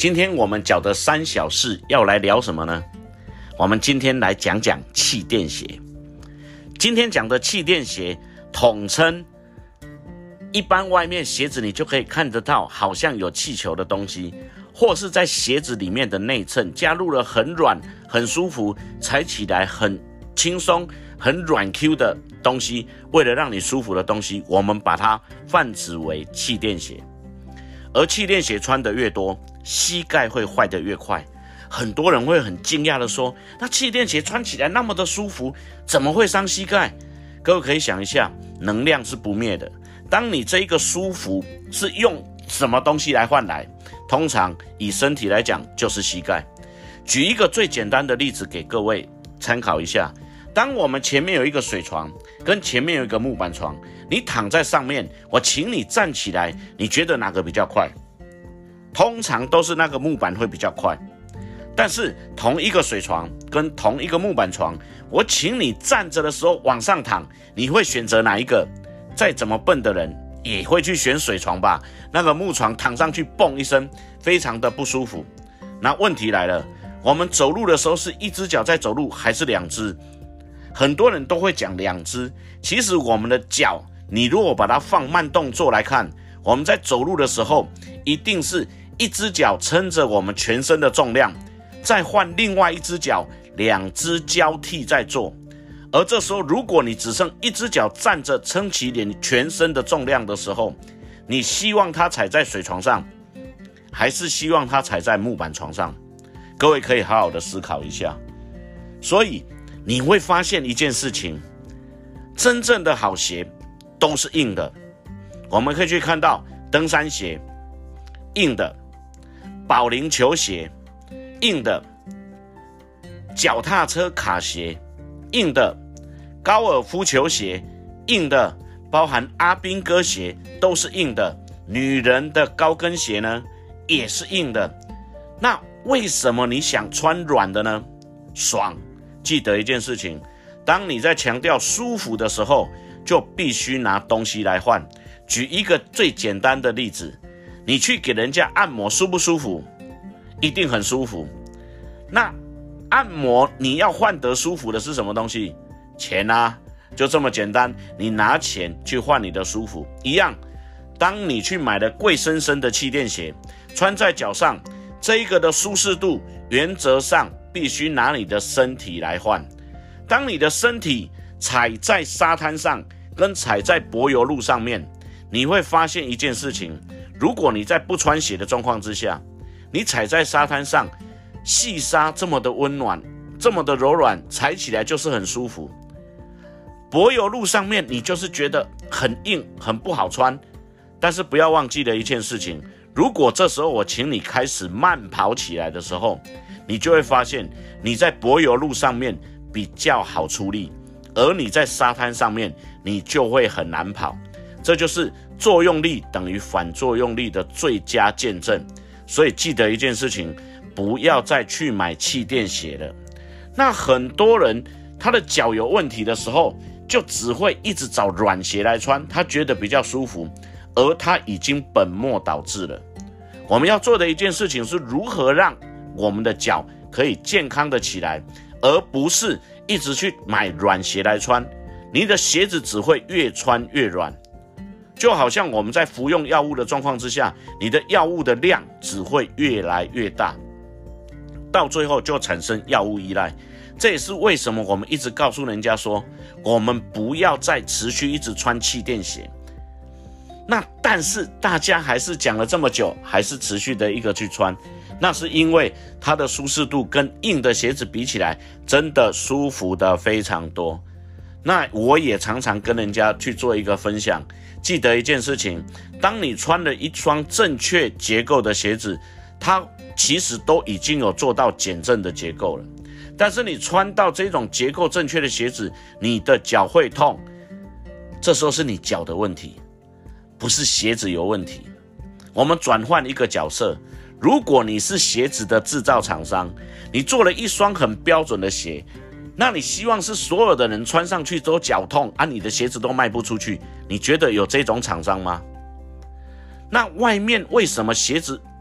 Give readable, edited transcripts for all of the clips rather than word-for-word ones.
今天我们脚的三小事要来聊什么呢？我们今天来讲讲气垫鞋。今天讲的气垫鞋统称一般外面鞋子你就可以看得到好像有气球的东西，或是在鞋子里面的内衬加入了很软很舒服踩起来很轻松很软 Q 的东西，为了让你舒服的东西，我们把它泛指为气垫鞋。而气垫鞋穿得越多，膝盖会坏得越快。很多人会很惊讶的说，那气垫鞋穿起来那么的舒服，怎么会伤膝盖？各位可以想一下，能量是不灭的。当你这一个舒服是用什么东西来换来？通常以身体来讲就是膝盖。举一个最简单的例子给各位参考一下。当我们前面有一个水床，跟前面有一个木板床，你躺在上面，我请你站起来，你觉得哪个比较快？通常都是那个木板会比较快。但是同一个水床跟同一个木板床，我请你站着的时候往上躺，你会选择哪一个？再怎么笨的人也会去选水床吧？那个木床躺上去蹦一声，非常的不舒服。那问题来了，我们走路的时候是一只脚在走路还是两只？很多人都会讲两只，其实我们的脚，你如果把它放慢动作来看，我们在走路的时候，一定是一只脚撑着我们全身的重量，再换另外一只脚，两只交替在做。而这时候，如果你只剩一只脚站着撑起你全身的重量的时候，你希望它踩在水床上，还是希望它踩在木板床上？各位可以好好的思考一下。所以你会发现一件事情，真正的好鞋都是硬的。我们可以去看到登山鞋硬的，保龄球鞋硬的，脚踏车卡鞋硬的，高尔夫球鞋硬的，包含阿兵哥鞋都是硬的。女人的高跟鞋呢也是硬的。那为什么你想穿软的呢？爽。记得一件事情，当你在强调舒服的时候，就必须拿东西来换。举一个最简单的例子，你去给人家按摩舒不舒服？一定很舒服。那按摩你要换得舒服的是什么东西？钱啊，就这么简单，你拿钱去换你的舒服。一样，当你去买了贵生生的气垫鞋，穿在脚上，这一个的舒适度原则上必须拿你的身体来换。当你的身体踩在沙滩上跟踩在柏油路上面，你会发现一件事情，如果你在不穿鞋的状况之下，你踩在沙滩上，细沙这么的温暖，这么的柔软，踩起来就是很舒服。柏油路上面你就是觉得很硬很不好穿。但是不要忘记了一件事情，如果这时候我请你开始慢跑起来的时候，你就会发现你在柏油路上面比较好出力，而你在沙滩上面你就会很难跑。这就是作用力等于反作用力的最佳见证。所以记得一件事情，不要再去买气垫鞋了。那很多人他的脚有问题的时候，就只会一直找软鞋来穿，他觉得比较舒服，而他已经本末倒置了。我们要做的一件事情是如何让我们的脚可以健康的起来，而不是一直去买软鞋来穿。你的鞋子只会越穿越软，就好像我们在服用药物的状况之下，你的药物的量只会越来越大，到最后就产生药物依赖。这也是为什么我们一直告诉人家说，我们不要再持续一直穿气垫鞋。那但是大家还是讲了这么久，还是持续的一个去穿，那是因为它的舒适度跟硬的鞋子比起来，真的舒服的非常多。那我也常常跟人家去做一个分享，记得一件事情，当你穿了一双正确结构的鞋子，它其实都已经有做到减震的结构了。但是你穿到这种结构正确的鞋子，你的脚会痛，这时候是你脚的问题，不是鞋子有问题。我们转换一个角色，如果你是鞋子的制造厂商，你做了一双很标准的鞋，那你希望是所有的人穿上去都脚痛啊，你的鞋子都卖不出去，你觉得有这种厂商吗？那外面为什么鞋子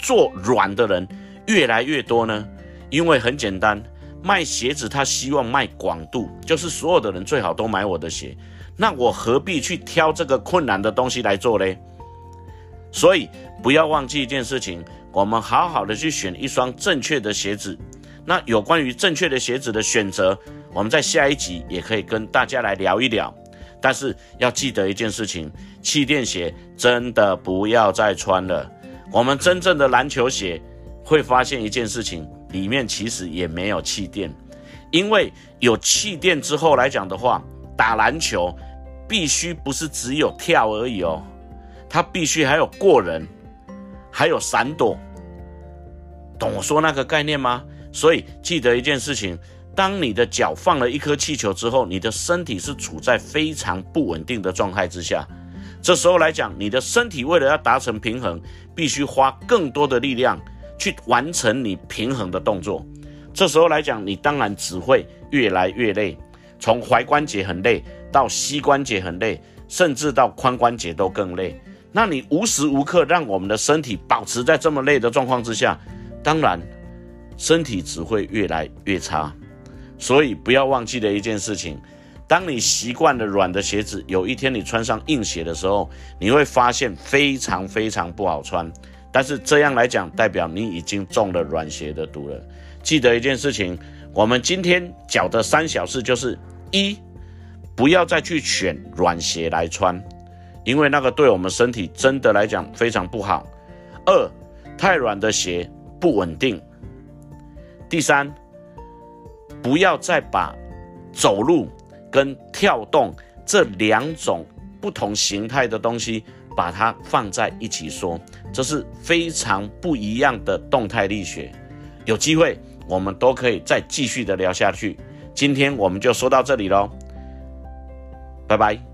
做软的人越来越多呢？因为很简单，卖鞋子他希望卖广度，就是所有的人最好都买我的鞋，那我何必去挑这个困难的东西来做呢？所以不要忘记一件事情，我们好好的去选一双正确的鞋子。那有关于正确的鞋子的选择，我们在下一集也可以跟大家来聊一聊。但是要记得一件事情，气垫鞋真的不要再穿了。我们真正的篮球鞋会发现一件事情，里面其实也没有气垫，因为有气垫之后来讲的话，打篮球必须不是只有跳而已哦，它必须还有过人，还有闪躲，懂我说那个概念吗？所以记得一件事情，当你的脚放了一颗气球之后，你的身体是处在非常不稳定的状态之下，这时候来讲，你的身体为了要达成平衡，必须花更多的力量去完成你平衡的动作。这时候来讲，你当然只会越来越累，从踝关节很累到膝关节很累，甚至到髋关节都更累。那你无时无刻让我们的身体保持在这么累的状况之下，当然身体只会越来越差。所以不要忘记的一件事情，当你习惯了软的鞋子，有一天你穿上硬鞋的时候，你会发现非常非常不好穿。但是这样来讲，代表你已经中了软鞋的毒了。记得一件事情，我们今天讲的3小事就是：1，不要再去选软鞋来穿，因为那个对我们身体真的来讲非常不好。2，太软的鞋不稳定。第3，不要再把走路跟跳动这2种不同形态的东西把它放在一起说，这是非常不一样的动态力学。有机会我们都可以再继续的聊下去。今天我们就说到这里咯，拜拜。